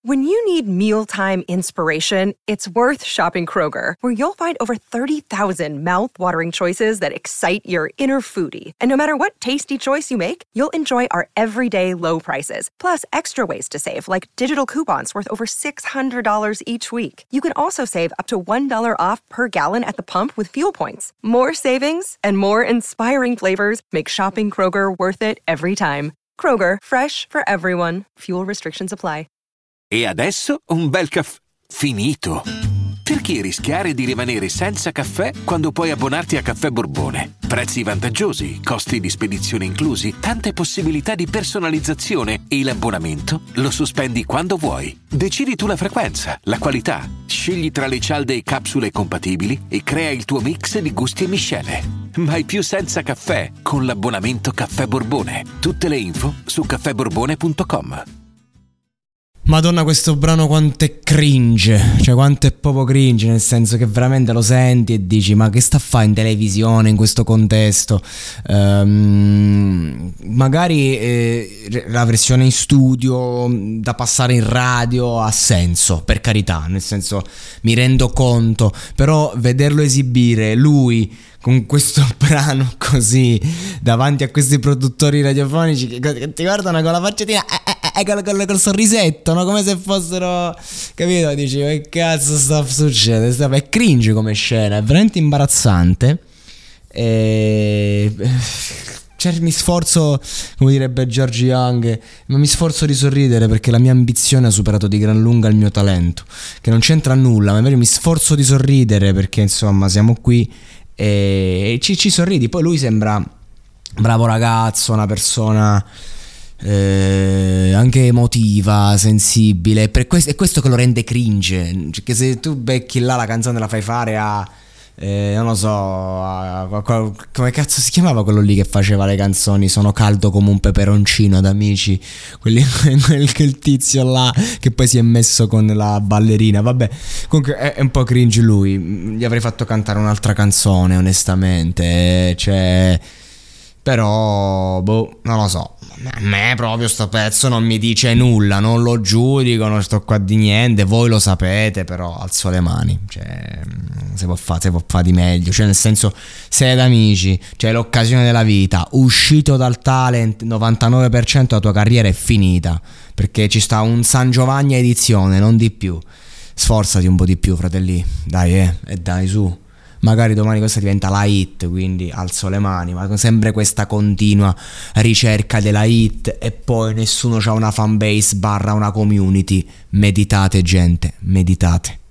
When you need mealtime inspiration, it's worth shopping Kroger, where you'll find over 30,000 mouth-watering choices that excite your inner foodie. And no matter what tasty choice you make, you'll enjoy our everyday low prices, plus extra ways to save, like digital coupons worth over $600 each week. You can also save up to $1 off per gallon at the pump with fuel points. More savings and more inspiring flavors make shopping Kroger worth it every time. Kroger, fresh for everyone. Fuel restrictions apply. E adesso un bel caffè finito. Perché rischiare di rimanere senza caffè quando puoi abbonarti a Caffè Borbone? Prezzi vantaggiosi, costi di spedizione inclusi, tante possibilità di personalizzazione e l'abbonamento lo sospendi quando vuoi. Decidi tu la frequenza, la qualità, scegli tra le cialde e capsule compatibili e crea il tuo mix di gusti e miscele. Mai più senza caffè con l'abbonamento Caffè Borbone. Tutte le info su caffèborbone.com. Madonna, questo brano quanto è cringe, cioè quanto è proprio cringe, nel senso che veramente lo senti e dici ma che sta a fare in televisione in questo contesto. Magari la versione in studio da passare in radio ha senso, per carità, nel senso mi rendo conto, però vederlo esibire lui con questo brano così davanti a questi produttori radiofonici che ti guardano con la facciatina col sorrisetto, no? Come se fossero, capito? Dici che cazzo sta succedendo? È cringe come scena, è veramente imbarazzante. Cioè, mi sforzo, come direbbe George Young, ma mi sforzo di sorridere perché la mia ambizione ha superato di gran lunga il mio talento, che non c'entra nulla, ma invece mi sforzo di sorridere perché insomma siamo qui e ci sorridi. Poi lui sembra bravo ragazzo, una persona anche emotiva, sensibile, è questo che lo rende cringe, che se tu becchi là la canzone la fai fare a non lo so, come cazzo si chiamava quello lì che faceva le canzoni Sono caldo come un peperoncino ad Amici, quel tizio là che poi si è messo con la ballerina, vabbè, comunque è un po' cringe lui, gli avrei fatto cantare un'altra canzone onestamente, cioè, però boh, non lo so, a me proprio sto pezzo non mi dice nulla, non lo giudico, non sto qua di niente, voi lo sapete, però alzo le mani, cioè si può fare di meglio, cioè nel senso, sei ad Amici, cioè l'occasione della vita, uscito dal talent, 99% della tua carriera è finita, perché ci sta un San Giovanni edizione, non di più, sforzati un po' di più, fratelli, dai e dai su. Magari domani questa diventa la hit, quindi alzo le mani, ma sempre questa continua ricerca della hit e poi nessuno c'ha una fanbase / una community. Meditate gente, meditate.